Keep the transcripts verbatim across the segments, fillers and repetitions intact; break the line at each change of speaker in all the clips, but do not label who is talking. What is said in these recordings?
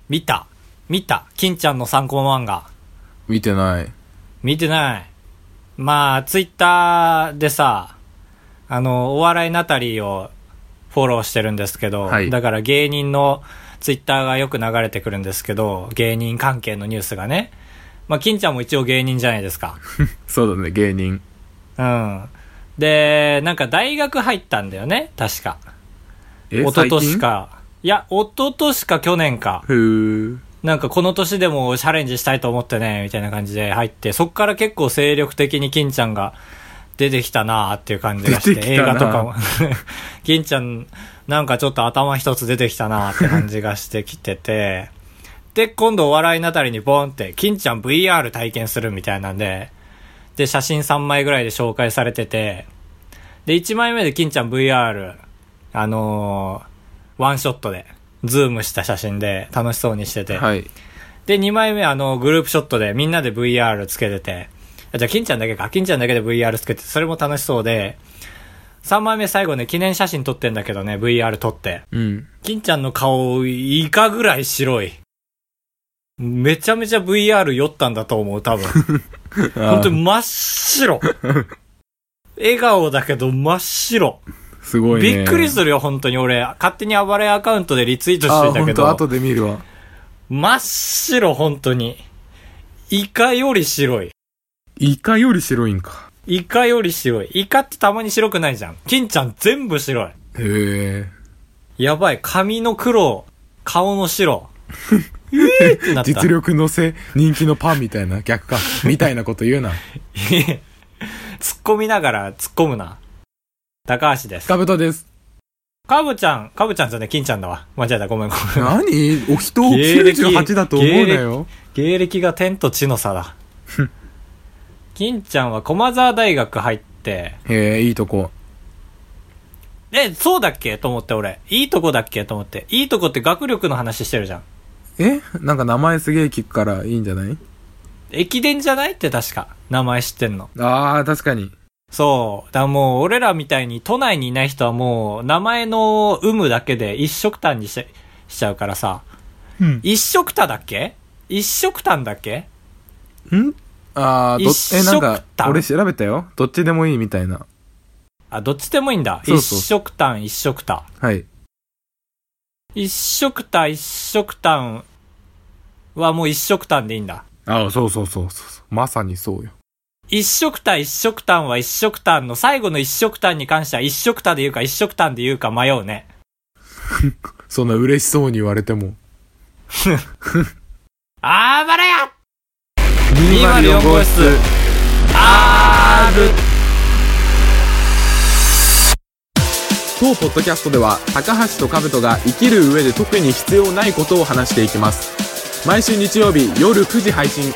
見た見た金ちゃんの参考漫画。
見てない。
見てない。まあ、ツイッターでさ、あの、お笑いナタリーをフォローしてるんですけど、はい、だから芸人のツイッターがよく流れてくるんですけど、芸人関係のニュースがね。まあ、金ちゃんも一応芸人じゃないですか。
そうだね、芸人。
うん。で、なんか大学入ったんだよね、確か。
え、
一昨年か。いや、一昨年か去年か。
へー。
なんかこの年でもチャレンジしたいと思ってね、みたいな感じで入って、そっから結構精力的に金ちゃんが出てきたなーっていう感じがして、映画とかも。金ちゃん、なんかちょっと頭一つ出てきたなーって感じがしてきてて、で、今度お笑いなたりにボーンって、金ちゃん ブイアール 体験するみたいなんで、で、写真さんまいぐらいで紹介されてて、で、いちまいめで金ちゃん ブイアール、あのー、ワンショットで、ズームした写真で楽しそうにしてて、
はい、
でにまいめあのグループショットでみんなで ブイアール つけてて、じゃあ金ちゃんだけか金ちゃんだけで ブイアール つけて、それも楽しそうで、さんまいめ最後ね記念写真撮ってんだけどね ブイアール 撮って、
うん、
金ちゃんの顔イカぐらい白い、めちゃめちゃ ブイアール 酔ったんだと思う多分。本当に真っ白。笑顔だけど真っ白。
すごいね。
びっくりするよ本当に。俺勝手に暴れアカウントでリツイートしてたけど、
あ、本当後で見るわ。
真っ白本当に。イカより白い。
イカより白いんか。
イカより白い。イカってたまに白くないじゃん。金ちゃん全部白い。
へえ。
やばい。髪の黒、顔の白。えーってなった。
実力のせ人気のパンみたいな、逆かみたいなこと言うな。
突っ込みながら突っ込むな。高橋です。
かぶとです。
かぶちゃん、かぶちゃんじゃね、金ちゃんだわ。間違えた、ごめんごめん。
何お人をきゅうじゅうはちだと思うなよ。
芸歴が天と地の差だ。金ちゃんは駒沢大学入って。
へえ、いいとこ。
え、そうだっけと思って俺。いいとこだっけと思って。いいとこって学力の話してるじゃん。
えなんか名前すげえ聞くからいいんじゃない？
駅伝じゃないって確か。名前知ってんの。
ああ、確かに。
そう。だからもう、俺らみたいに都内にいない人はもう、名前の有無だけで一色単にし、しちゃうからさ。
うん。
一色単だっけ一色単だっけ
んあー、ど、え、なんか、俺調べたよ。どっちでもいいみたいな。
あ、どっちでもいいんだ。
そうそう。
一色単、一色単。
はい。
一色単、一色単はもう一色単でいいんだ。
ああ、そうそうそうそう。まさにそうよ。
一色単一色単は一色単の最後の一色単に関しては一色単で言うか一色単で言うか迷うね。
そんな嬉しそうに言われても。
あーばらや にーまるよん 号室 R。
当ポッドキャストでは高橋と兜が生きる上で特に必要ないことを話していきます。毎週日曜日夜くじ配信。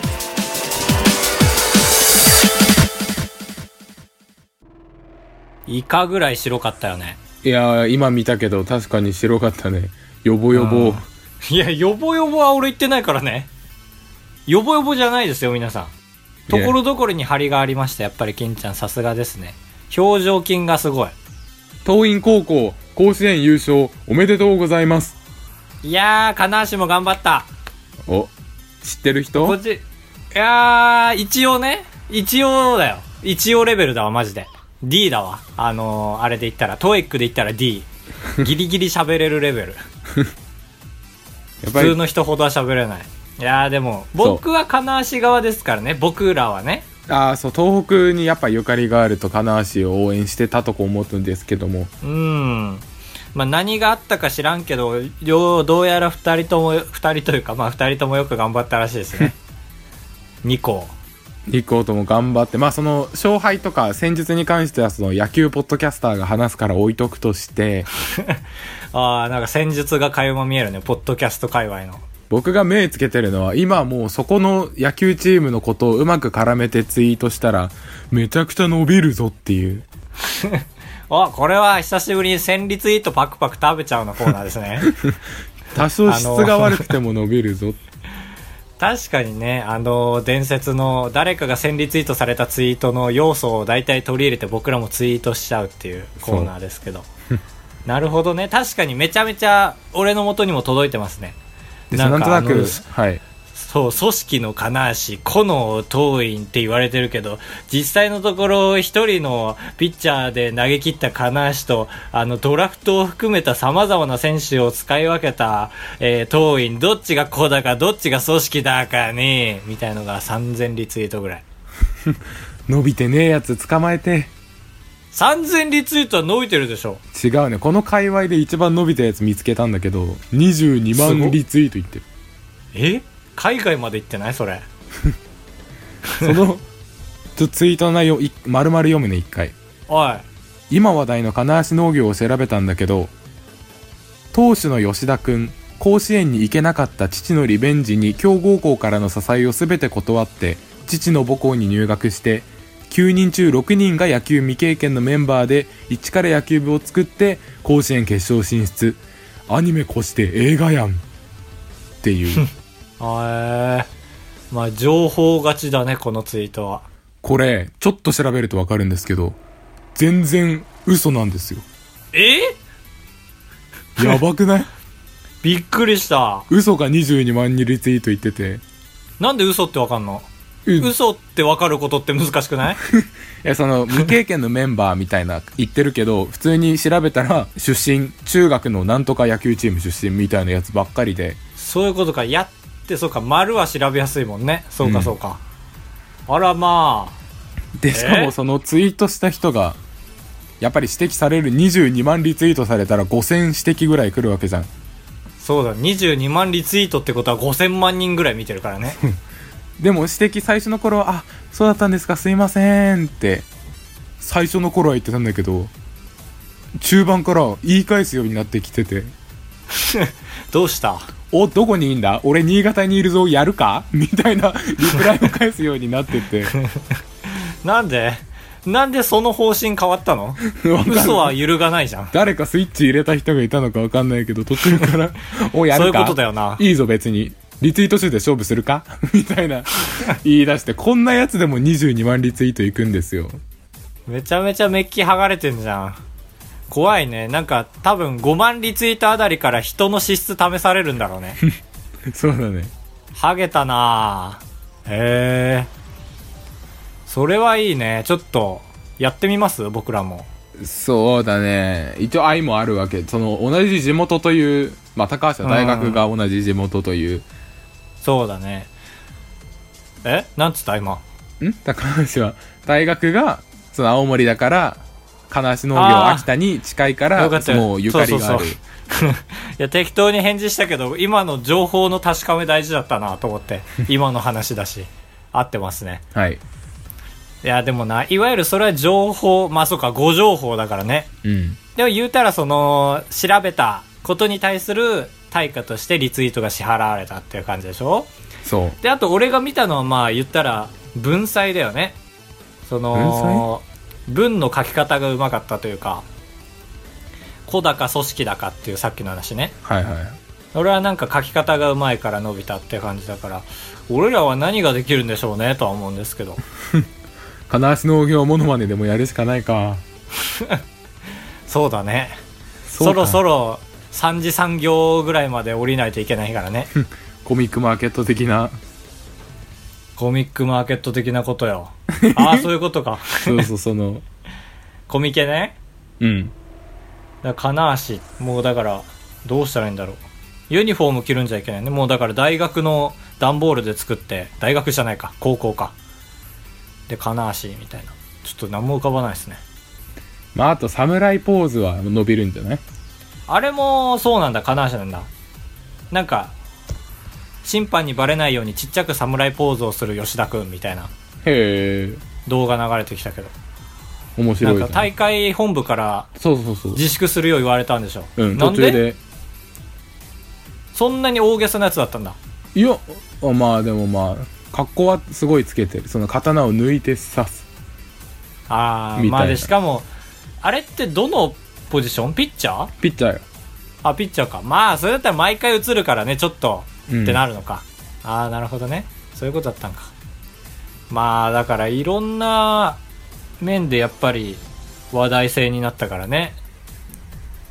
イカぐらい白かったよね。
いやー、今見たけど確かに白かったね。ヨボヨボ。
いや、ヨボヨボは俺言ってないからね。ヨボヨボじゃないですよ皆さん。ところどころに張りがありました。やっぱり金ちゃんさすがですね。表情筋がすごい。
桐蔭高校甲子園優勝おめでとうございます。
いやー、金足も頑張った。
お、知ってる人？
こっち、いやー、一応ね、一応だよ。一応レベルだわマジで。D だわ。あのー、あれで言ったら、トーイックで言ったら D。ギリギリ喋れるレベル。普通の人ほどは喋れない。いやーでも、僕は金足側ですからね、僕らはね。
ああ、そう、東北にやっぱゆかりがあると金足を応援してたとこ思うんですけども。
うーん。まあ何があったか知らんけど、どうやら二人とも、二人というか、まあ二人ともよく頑張ったらしいですね。に校。
に校とも頑張って、まあその勝敗とか戦術に関してはその野球ポッドキャスターが話すから置いとくとして
ああ、なんか戦術が垣間見えるね、ポッドキャスト界隈の。
僕が目つけてるのは今もうそこの野球チームのことをうまく絡めてツイートしたらめちゃくちゃ伸びるぞっていう
あ、これは久しぶりにせんリツイートパクパク食べちゃうのコーナーですね。
多少質が悪くても伸びるぞ。
確かにね、あの伝説の誰かがせんリツイートされたツイートの要素を大体取り入れて僕らもツイートしちゃうっていうコーナーですけど。なるほどね。確かにめちゃめちゃ俺の元にも届いてますね。
でなんとなく、はい。
そう、組織の金足、個の党員って言われてるけど、実際のところ一人のピッチャーで投げ切った金足と、あの、ドラフトを含めた様々な選手を使い分けた、えー、党員、どっちが個だか、どっちが組織だかね、みたいのがさんぜんリツイートぐらい。
伸びてねえやつ捕まえて。
さんぜんリツイートは伸びてるでしょ。
違うね。この界隈で一番伸びたやつ見つけたんだけど、にじゅうにまんリツイートいってる。
え海外まで行ってないそれ。
そのちょツイートの内容丸々読むね。一回。
おい。
今話題の金足農業を調べたんだけど、投手の吉田くん、甲子園に行けなかった父のリベンジに強豪校からの支えを全て断って父の母校に入学して、きゅうにん中ろくにんが野球未経験のメンバーで一から野球部を作って甲子園決勝進出。アニメ越して映画やんっていう
あー、まあ情報勝ちだねこのツイートは。
これちょっと調べると分かるんですけど、全然嘘なんですよ。
え
やばくない？
びっくりした。
嘘がにじゅうにまんにリツイート言ってて。
なんで嘘って分かんの？嘘って分かることって難しくない？い
や、その未経験のメンバーみたいな言ってるけど、普通に調べたら出身中学のなんとか野球チーム出身みたいなやつばっかりで。
そういうことか。やってそうか、丸は調べやすいもんね。そうかそうか、うん、あらまあ。
でしかもそのツイートした人がやっぱり指摘されるにじゅうにまんリツイートされたらごせん指摘ぐらい来るわけじゃん。
そうだ、にじゅうにまんリツイートってことはごせんまん人ぐらい見てるからね。
でも指摘最初の頃は、あ、そうだったんですか、すいませんって最初の頃は言ってたんだけど、中盤から言い返すようになってきてて
どうした？
お、どこにいいんだ、俺新潟にいるぞ、やるかみたいなリプライを返すようになってて
なんでなんでその方針変わったの？嘘は揺るがないじゃん。
誰かスイッチ入れた人がいたのか分かんないけど、途中からお、やるか、そういう
ことだよな。
いいぞ別にリツイート数で勝負するかみたいな言い出して、こんなやつでもにじゅうにまんリツイートいくんですよ。
めちゃめちゃメッキ剥がれてんじゃん。怖いね。なんか多分ごまんリツイートあたりから人の資質試されるんだろうね。
そうだね。
ハゲたなぁ。へえ。それはいいね。ちょっとやってみます？僕らも。
そうだね。一応愛もあるわけ。その同じ地元という、まあ高橋は大学が同じ地元という、うん、
そうだね。え、なんつった今？ん？
高橋は大学がその青森だから、金足農業秋田に近いからもうゆかりがある。そうそうそうい
や適当に返事したけど、今の情報の確かめ大事だったなと思って。今の話だし合ってますね。
はい。
いやでもな、いわゆるそれは情報、まあそうか、誤情報だからね。
うん。
でも言うたらその調べたことに対する対価としてリツイートが支払われたっていう感じでしょ。
そう
で、あと俺が見たのはまあ言ったら文才だよね。その文の書き方がうまかったというか、子だか組織だかっていうさっきの話ね。
はいはい。
俺はなんか書き方がうまいから伸びたって感じだから、俺らは何ができるんでしょうねとは思うんですけど。
金足農業モノマネでもやるしかないか。
そうだね。そろそろさんじさん行ぐらいまで降りないといけないからね。
コミックマーケット的な。
コミックマーケット的なことよ。ああ、そういうことか。
そうそう、その
コミケね。
うん。
だから金足、もうだからどうしたらいいんだろう。ユニフォーム着るんじゃいけないね。もうだから大学の段ボールで作って、大学じゃないか、高校かで金足みたいな。ちょっと何も浮かばないですね。
まああと侍ポーズは伸びるんじゃない？
あれもそうなんだ、金足なんだ。なんか審判にバレないようにちっちゃく侍ポーズをする吉田くんみたいな
へえ
動画流れてきたけど、
面白い。
なんか大会本部から
そうそうそう
自粛するよう言われたんでしょ。
うん、
なんで
途中で
そんなに大げさなやつだったんだ。
いや、まあでもまあ格好はすごいつけてる。その刀を抜いて刺す。
ああ、まあでしかもあれってどのポジション？ピッチャー？
ピッチャーよ。
あ、ピッチャーか。まあそれだったら毎回映るからね、ちょっと、
うん、
ってなるのか。ああ、なるほどね。そういうことだったんか。まあだからいろんな面でやっぱり話題性になったからね。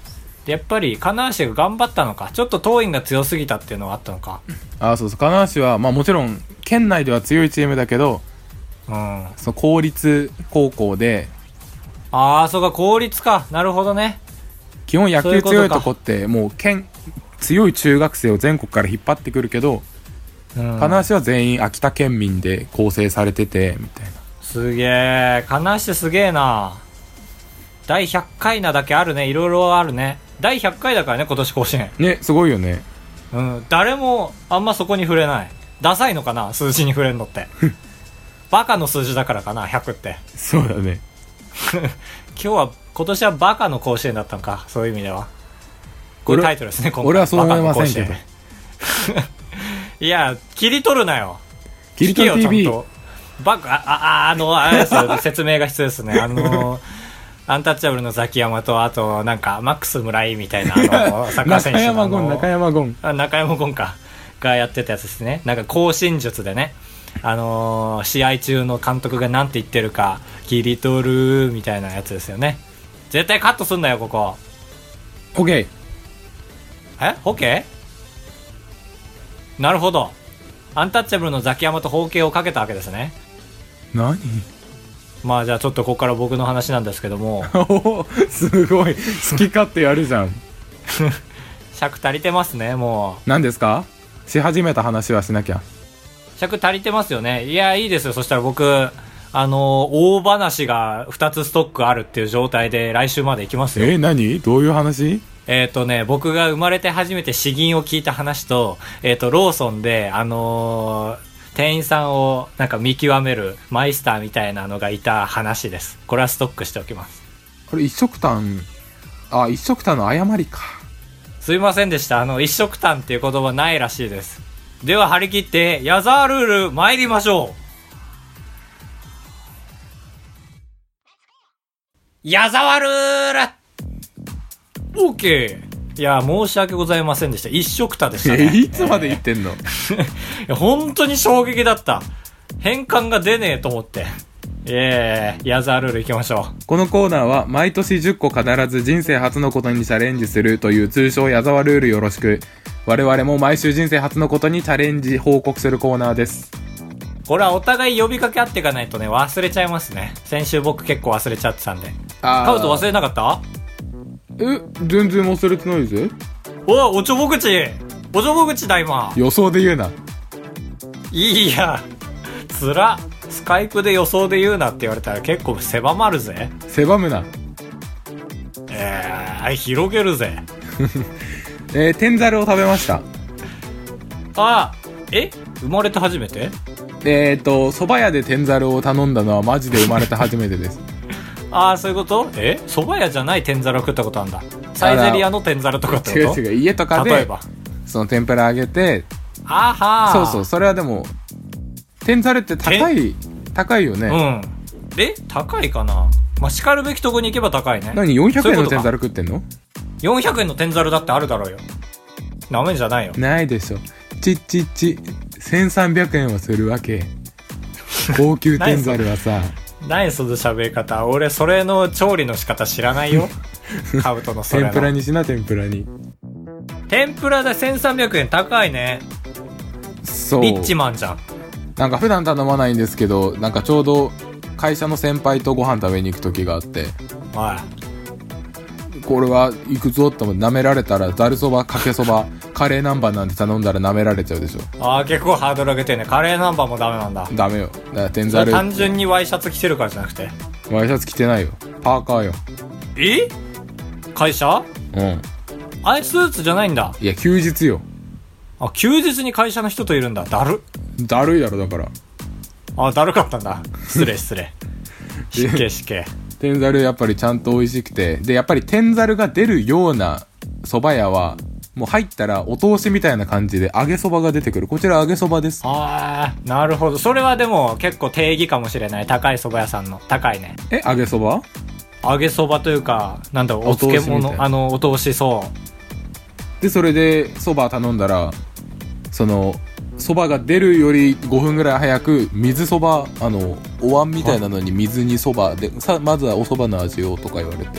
でやっぱり金足が頑張ったのか、ちょっと桐蔭が強すぎたっていうのがあったのか。
あ、そうそう、金足はまあもちろん県内では強いチームだけど、
うん、
その公立高校で、
ああそうか、公立か、なるほどね。
基本野球強いとこってもう県強い中学生を全国から引っ張ってくるけど、うん、金足は全員秋田県民で構成されててみたいな。
すげえ、金足すげえな。だいひゃっかいなだけあるね、いろいろあるね。だいひゃっかいだからね、今年甲子園
ね、すごいよね。
うん、誰もあんまそこに触れない。ダサいのかな、数字に触れるのってバカの数字だからかな、ひゃくって。
そうだね
今日は今年はバカの甲子園だったのか、そういう意味では。これタイトルですね、今回。
俺はそう思いませんけど
いや、切り取るなよ、
切り取る ティーブイ。
バカ、あ、あ、あの、あれですよ説明が必要ですね。あのアンタッチャブルのザキヤマと、あとなんかマックス村井みたいな、あのサッカー選手の
中山ゴン中山ゴン
あ中山ゴンかがやってたやつですね。なんか行進術でね、あのー、試合中の監督がなんて言ってるか切り取るみたいなやつですよね。絶対カットすんなよここ。
OK。
え OK？ なるほど、アンタッチャブルのザキヤマと包茎をかけたわけですね。
何？
まあじゃあちょっとここから僕の話なんですけども
すごい好き勝手やるじゃん
尺足りてますね。も
う何ですか？し始めた話はしなきゃ。
尺足りてますよね。いやいいですよ。そしたら僕あの大話がふたつストックあるっていう状態で来週まで行きますよ。
え、何？どういう話？
えっ、ー、とね、僕が生まれて初めて詩吟を聞いた話と、えっ、ー、とローソンであのー店員さんをなんか見極めるマイスターみたいなのがいた話です。これはストックしておきます。
これ一色単、あ、一色単の誤りか。
すいませんでした。あの一色単っていう言葉ないらしいです。では張り切って矢沢ルール参りましょう。矢沢ルール OK。いや申し訳ございませんでした。一色単でしたね。
いつまで言ってんの？
えー、本当に衝撃だった。変換が出ねえと思って。えー、矢沢ルール行きましょう。
このコーナーは毎年じゅっこ必ず人生初のことにチャレンジするという通称矢沢ルールよろしく。我々も毎週人生初のことにチャレンジ報告するコーナーです。
これはお互い呼びかけ合っていかないとね、忘れちゃいますね。先週僕結構忘れちゃってたんで。カウト忘れなかった？
え、全然忘れてないぜ。
お、おちょぼ口おちょぼ口だ今。
予想で言うな。
いやつら、スカイプで予想で言うなって言われたら結構狭まるぜ。
狭むな。
えー、広げるぜ
えー、天ざるを食べました。
あ、え生まれて初めて？
えーと蕎麦屋で天ざるを頼んだのはマジで生まれて初めてです
ああそういうこと？え蕎麦屋じゃない天ざるを食ったことあるんだ。サイゼリアの天ざるとかってこと？
違う違う、家とかで例えばその天ぷら揚げて、
あはー、
そうそう、それはでも天ざるって高い高いよね。
うん。え高いかな。まあ、しかるべきとこに行けば高いね。
何よんひゃくえんの天ざる食ってんの？
よんひゃくえんの天ざるだってあるだろうよ。なめんじゃないよ。
ないでしょ。ちっちっちせんさんびゃくえんはするわけ高級天ざるはさ
何その喋り方。俺それの調理の仕方知らないよカブトのそれの
天ぷらにしな。天ぷらに
天ぷらでせんさんびゃくえん高いね。
そう
リッチマンじゃん。
なんか普段頼まないんですけど、なんかちょうど会社の先輩とご飯食べに行く時があって、
はい、
これは行くぞって思って舐められたら、ざるそば、かけそば、カレー南蛮なんて頼んだら舐められちゃうでしょ。
ああ結構ハードル上げてね。カレー南蛮もダメなんだ。
ダメよ。だから天ざる
単純にワイシャツ着てるからじゃなくて。
ワイシャツ着てないよ。パーカーよ。
え会社？
うん。
あれスーツじゃないんだ。
いや休日よ。
あ、休日に会社の人といるんだ。だる。
だるいだろだから。
あ、だるかったんだ。失礼失礼。失敬失敬。
天ざるやっぱりちゃんと美味しくて、でやっぱり天ざるが出るような蕎麦屋はもう入ったらお通しみたいな感じで揚げそばが出てくる。こちら揚げそばです。
あー、なるほど。それはでも結構定義かもしれない。高い蕎麦屋さんの。高いね。
え、揚げそば？
揚げそばというか、なんだろう、お漬物、あの、お通し、そう。
で、それで蕎麦頼んだら、その、蕎麦が出るよりごふんぐらい早く、水蕎麦、あの、お椀みたいなのに水に蕎麦で、さ、まずはお蕎麦の味をとか言われて。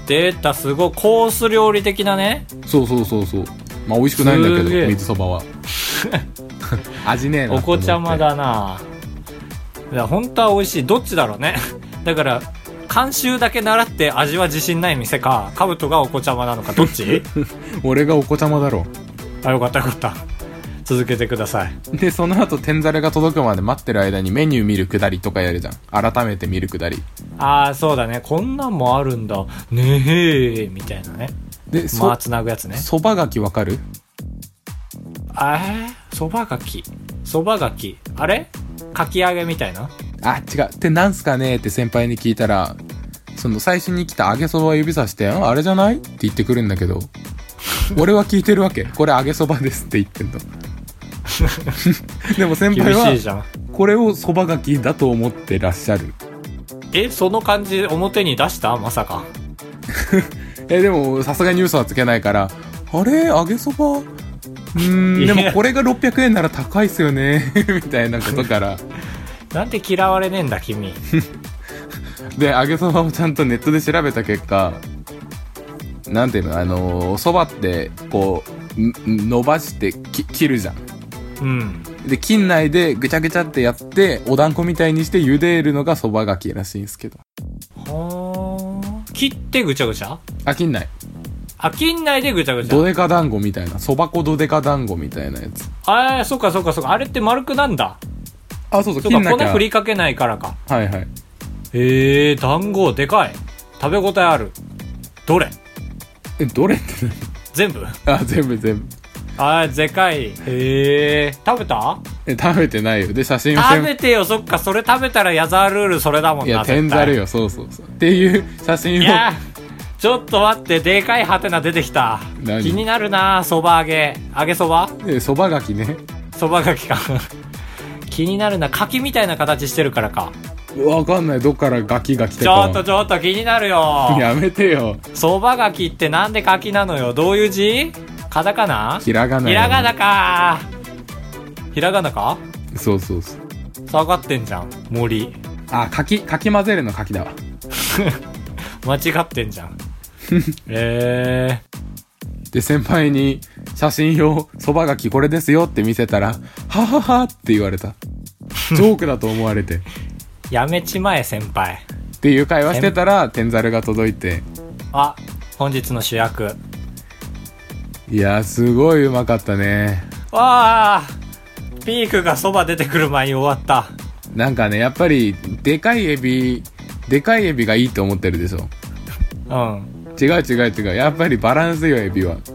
出た、すごいコース料理的なね。
そうそうそうそう。まあ美味しくないんだけど水そばは味ねえな。
お子ちゃまだな。いや本当は美味しい。どっちだろうね。だから監修だけ習って味は自信ない店か、カブトがお子ちゃまなのか、どっち？
俺がお子ちゃまだろ。
あ、よかったよかった。続けてください。
でその後天ざるが届くまで待ってる間にメニュー見るくだりとかやるじゃん。改めて見るくだり。
ああそうだね、こんなんもあるんだねえみたいなね。
で
まあつなぐやつね。
そばがきわかる？
あえそばがきそばがきあれかき揚げみたいな。
あ違うってなんすかねって先輩に聞いたら、その最初に来た揚げそばを指さしてあれじゃないって言ってくるんだけど俺は聞いてるわけ。これ揚げそばですって言ってんのでも先輩はこれをそばがきだと思ってらっしゃる。
えその感じ表に出したまさか
えでもさすがに嘘はつけないから、あれ揚げそばうーんでもこれがろっぴゃくえんなら高いっすよねみたいなことから
なんで嫌われねえんだ君
で揚げそばをちゃんとネットで調べた結果、なんていうの、あのー、そばってこう伸ばしてき切るじゃん。
うん
で菌内でぐちゃぐちゃってやってお団子みたいにして茹でるのがそばがきらしいんですけど。
はあ切ってぐちゃぐちゃ。
あ菌内
あ菌内でぐちゃぐちゃ。
どでか団子みたいな、そば粉どでか団子みたいなやつ。
ああそっかそっかそっか、あれって丸くなんだ。
あそうそう、
そうか粉振りかけないからか。
はいはい。
へえ団子でかい、食べ応えある。どれ
えどれって
全部
あ全部全部。
あーでかい。へえ食べた？
え食べてないよ。で写真を
食べてよ。そっかそれ食べたら矢沢ルールそれだもんな。
いや天ざるよ。そうそうそうっていう写真を。
いやちょっと待って、でかいハテナ出てきた。気になるな。そば揚げ揚げそば
えそばがきね。
そばがきか気になるな。柿みたいな形してるからか。
わかんない、どっからガキが来て
ち
か。
ょっとちょっと気になるよ
やめてよ。
そばがきってなんで柿なのよ。どういう字？カタカナ？
ひらがな。
ひらがなか。ひらがなか。
そうそうそう。
下がってんじゃん森。
あかきかき混ぜるのかきだわ
間違ってんじゃんえ
ー、で先輩に写真用そばがきこれですよって見せたらはははって言われた。ジョークだと思われて
やめちまえ先輩
っていう会話してたら天ざるが届いて、
あ本日の主役。
いやすごいうまかったね。
わあピークがそば出てくる前に終わった。
なんかねやっぱりでかいエビでかいエビがいいと思ってるでしょ。
うん
違う違う違う、やっぱりバランスよエビは。ん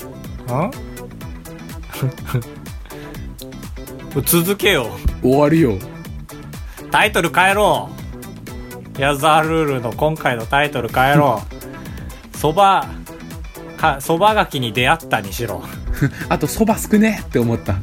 続けよ。
終わりよ。
タイトル変えろ。矢沢ルールの今回のタイトル変えろ。そばかそばがきに出会ったにしろ
あとそば少ねって思った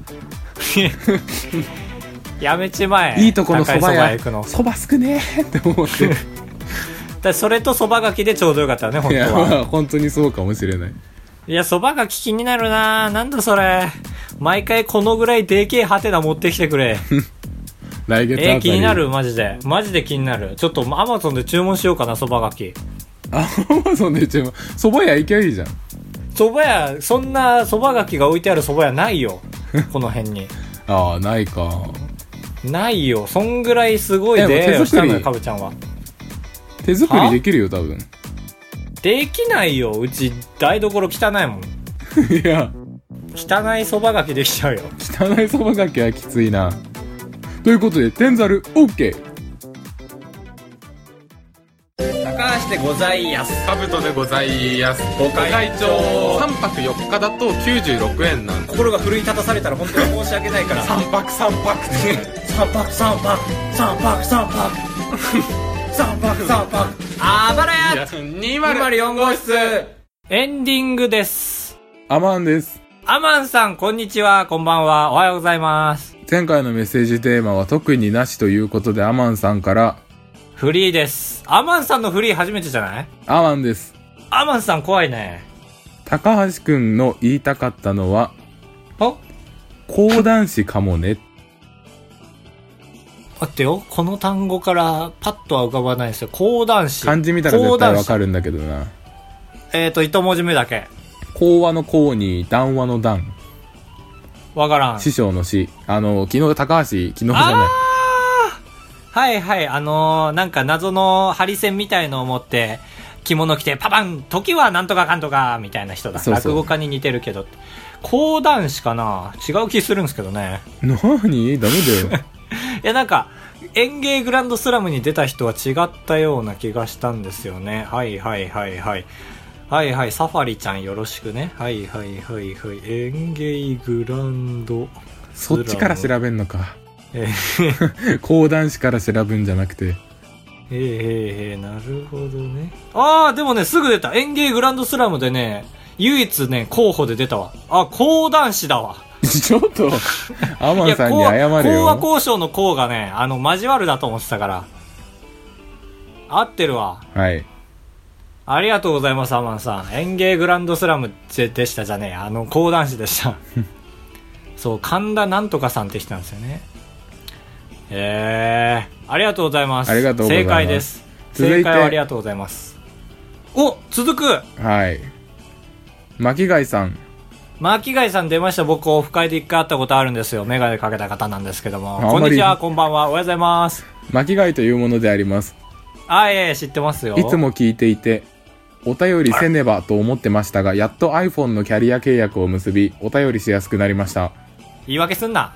やめちまえ。
いいとこのそば屋
行くの
そば少ねって思って
だそれとそばがきでちょうどよかったね本当は。いや、
まあ、本当にそうかもしれない。
いやそばがき気になるな。なんだそれ。毎回このぐらいでけえハテナ持ってきてくれ
来月あたり。
えー、気になる。マジでマジで気になる。ちょっとアマゾンで注文しようかなそばがき。
アマゾンで注文。そば屋行きゃいいじゃん。
そば屋そんなそばがきが置いてあるそば屋ないよこの辺に
ああないか。
ないよ。そんぐらいすごい出会いをしたのよかぶちゃんは。
手作りできるよ多分。
できないよ。うち台所汚いもん
いや
汚いそばがきできちゃうよ。
汚いそばがきはきついな。ということで天ざる OK。
高橋でございやす。
カブトでございます。ご
会長
さんぱくよっかだときゅうじゅうろくえんなんで。
心が奮い立たされたら本当に申し訳ないから
さんぱくさんぱく
さんぱくさんぱくさんぱくさんぱくさんぱくさんぱくあばらやにまるよん号室。エンディングです。
アマンです。
アマンさんこんにちは。こんばんは。おはようございます。
前回のメッセージテーマは特になしということでアマンさんから
フリーです。アマンさんのフリー初めてじゃない？
アマンです。
アマンさん怖いね。
高橋くんの言いたかったのは
あ
講談師かもね。
待ってよ、この単語からパッとは浮かばないですよ。講談師。
漢字見たら絶対わかるんだけどな。
えっ、ー、と、一文字目だけ。
講話の講に談話の談。
わからん。
師匠の師。あの、昨日、高橋、昨日じゃない。
あはいはい、あのー、なんか謎のハリセンみたいのを持って、着物着て、パパン時はなんとかかんとか、みたいな人だ。そうそう、落語家に似てるけど。講談師かな、違う気するんですけどね。
なにダメだよ。
いや、なんか、演芸グランドスラムに出た人は違ったような気がしたんですよね。はいはいはいはい。はいはい、サファリちゃんよろしくね。はいはいはいはい。演芸グランドスラム。
そっちから調べんのか。
えー、
講談師から調べんじゃなくて。
えー、えー、なるほどね。あー、でもね、すぐ出た。演芸グランドスラムでね、唯一ね、候補で出たわ。あ、講談師だわ。
ちょっと、アマンさんに謝れよ。
講和交渉の講がね、あの、交わるだと思ってたから。合ってるわ。
はい。
ありがとうございます、アマンさん。演芸グランドスラムでしたじゃねえ。あの、講談師でした。そう、神田なんとかさんって人なんですよね。えー、ありがとうございます。
ありがとうございます。
正解です。正解をありがとうございます。お、続く。
はい。巻貝さん。
巻貝さん出ました。僕オフ会で一回会ったことあるんですよ。メガネかけた方なんですけども。こんにちは、こんばんは、おはようございます。
巻貝というものであります。
あ、いえいえ、知ってますよ。
いつも聞いていてお便りせねばと思ってましたが、やっと iPhone のキャリア契約を結びお便りしやすくなりました。
言い訳すんな。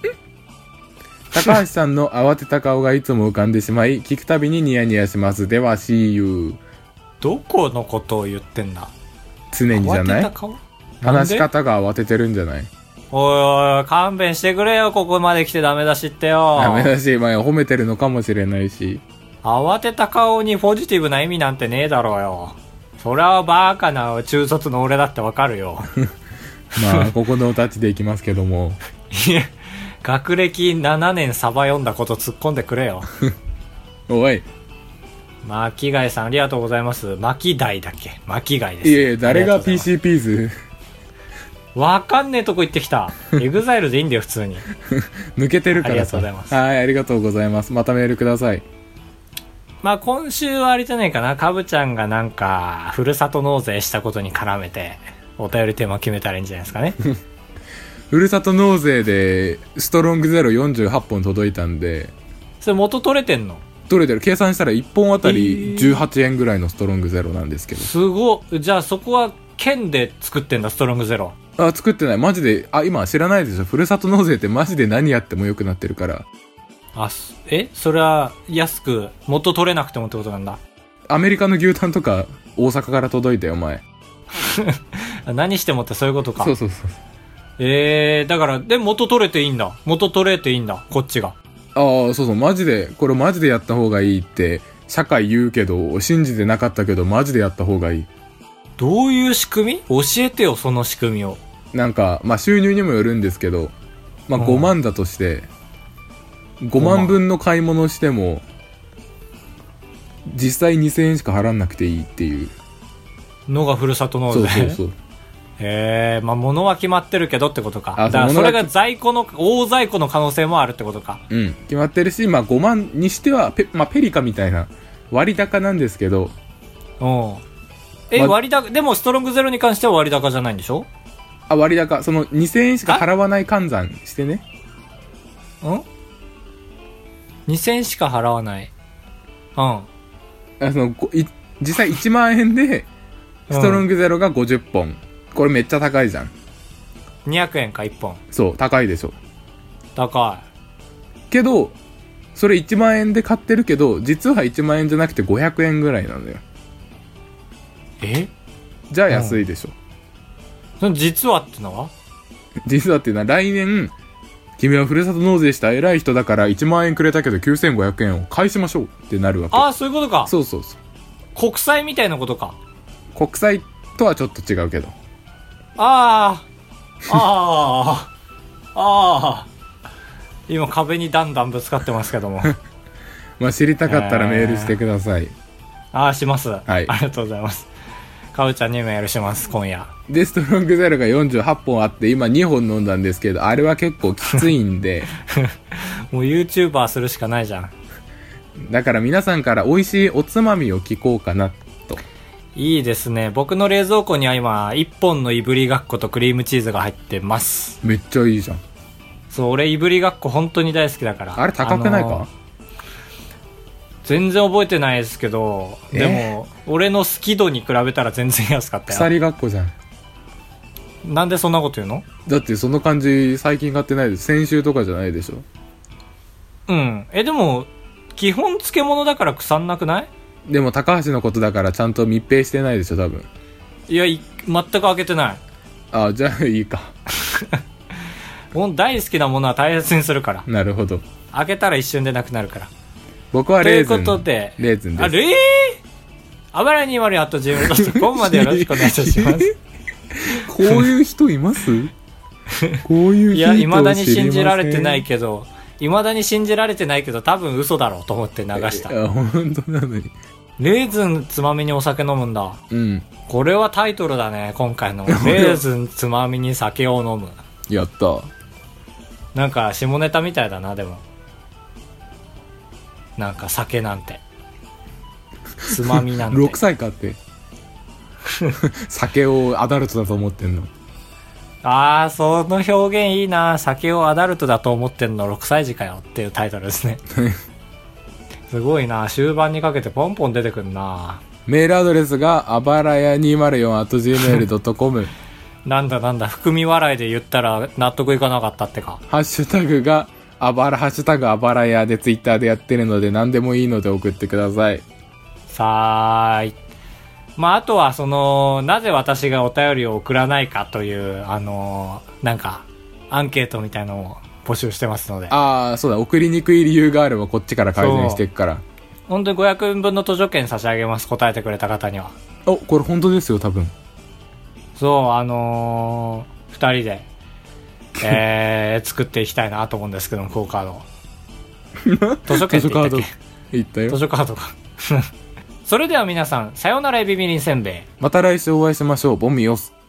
高橋さんの慌てた顔がいつも浮かんでしまい、聞くたびにニヤニヤします。では See you。
どこのことを言ってんだ。
常にじゃない？
慌てた顔？
話し方が慌ててるんじゃない？
おいおい、勘弁してくれよ。ここまで来てダメ出しってよ。
ダメ出し、まあ、褒めてるのかもしれないし。
慌てた顔にポジティブな意味なんてねえだろうよ。そりゃバカな中卒の俺だってわかるよ。
まあここのタッチでいきますけども。
いや、学歴ななねんサバ読んだこと突っ込んでくれよ。
おい、
巻貝さんありがとうございます。巻貝だっけ？巻貝です。
いやいや、誰が ピーシーピーズ？
わかんねえとこ行ってきた。エグザイルでいいんだよ普通に。
抜けてるからさ。
ありがとうございます。
はい、ありがとうございます。またメールください。
まあ今週はあれじゃないかな。かぶちゃんがなんかふるさと納税したことに絡めてお便りテーマ決めたらいいんじゃないですかね。
ふるさと納税でストロングゼロよんじゅうはっぽん届いたんで。
それ元取れてんの？
取れてる。計算したらいっぽんあたりじゅうはちえんぐらいのストロングゼロなんですけど、えー、
すごっ。じゃあそこは県で作ってんだ、ストロングゼロ。
あ、作ってない。マジで。あ、今知らないでしょ。ふるさと納税ってマジで何やってもよくなってるから。
あ、えそれは安く元取れなくてもってことなんだ。
アメリカの牛タンとか大阪から届いたよ前。
何してもってそういうことか。
そうそうそう。
えー、だからで元取れていいんだ。元取れていいんだ、こっちが。
ああ、そうそう、マジでこれマジでやった方がいいって社会言うけど、信じてなかったけどマジでやった方がいい。
どういう仕組み？教えてよ、その仕組みを。
なんかまあ収入にもよるんですけど、まあごまんだとして、うん、ごまんぶんの買い物をしても実際にせんえんしか払わなくていいっていう
のがふるさと納税。
そうそうそう。
へえ、まあ物は決まってるけどってことか。だからそれが在庫の大在庫の可能性もあるってことか。
うん、決まってるし、まあごまんにしてはペ、まあ、ペリカみたいな割高なんですけど。
うん。え、ま、割高でもストロングゼロに関しては割高じゃないんでしょ？
あ、割高。そのにせんえんしか払わない換算してね。
ん？にせんえんしか払わない。うん。
あ、そのい実際いちまんえんでストロングゼロがごじゅっぽん、うん、これめっちゃ高いじゃん。
にひゃくえんかいっぽん。
そう高いでしょ。
高
いけどそれいちまんえんで買ってるけど実はいちまんえんじゃなくてごひゃくえんぐらいなのよ。
え？
じゃあ安いでしょ、
うん、その実はってのは
実はっていうのは来年君はふるさと納税した偉い人だからいちまんえんくれたけどきゅうせんごひゃくえんを返しましょうってなるわけ。
ああ、そういうことか。
そうそうそう。
国債みたいなことか。
国債とはちょっと違うけど。
ああああああ、今壁にだんだんぶつかってますけども。
まあ知りたかったらメールしてください。
えー、ああ、します。
はい。
ありがとうございます。かおちゃんにメールします今夜。
でストロングゼロがよんじゅうはっぽんあって今にほん飲んだんですけど、あれは結構きついんで
もう YouTuber するしかないじゃん。
だから皆さんから美味しいおつまみを聞こうかなと。
いいですね。僕の冷蔵庫には今いっぽんのいぶりがっことクリームチーズが入ってます。
めっちゃいいじゃん。
そう、俺いぶりがっこ本当に大好きだから。
あれ高くないか？あのー、
全然覚えてないですけど、でも俺の好き度に比べたら全然安かったよ。
鎖がっこじゃん。
なんでそんなこと言うの？
だってその感じ最近買ってないです。先週とかじゃないでしょ。
うん。え、でも基本漬物だから腐んなくない？
でも高橋のことだからちゃんと密閉してないでしょ多分。
いや、い全く開けてない。
あ、じゃあいいか。
もう大好きなものは大切にするから。
なるほど。
開けたら一瞬でなくなるから。
僕はレーズン。
ということで、
レーズンです。
あれーあばらにまる アットジーメールドットコム までよろしくお願いいたします。
こういう人います？こういう人い
や、未だに信じられてないけど、未だに信じられてないけど、多分嘘だろうと思って流した。
いや、本当なのに。
レーズンつまみにお酒飲むんだ。
うん。
これはタイトルだね、今回の。レーズンつまみに酒を飲む。
やった。
なんか下ネタみたいだな、でも。なんか酒なんて。つまみなんて。
ろくさいかって。酒をアダルトだと思ってんの。
あー、その表現いいな。酒をアダルトだと思ってんのろくさい児かよっていうタイトルですね。すごいな。終盤にかけてポンポン出てくるな。
メールアドレスがあばらやにまるよん アットジーメールドットコム。
なんだなんだ、含み笑いで言ったら納得いかなかったってか。
ハッシュタグがあばら、ハッシュタグあばらやでツイッターでやってるので何でもいいので送ってください。
さーい。まあ、あとはその、なぜ私がお便りを送らないかという、あの、なんか、アンケートみたいのを募集してますので。
ああ、そうだ、送りにくい理由があればこっちから改善していくから。
本当にごひゃくえんぶんの図書券差し上げます、答えてくれた方には。
お、これ本当ですよ、多分。
そう、あのー、二人で、えー、作っていきたいなと思うんですけども、クオカードを。図書券って言ったっけ？
言ったよ。
図書カードか。それでは皆さん、さよならエビみりんせんべい。
また来週お会いしましょう。ボミオス。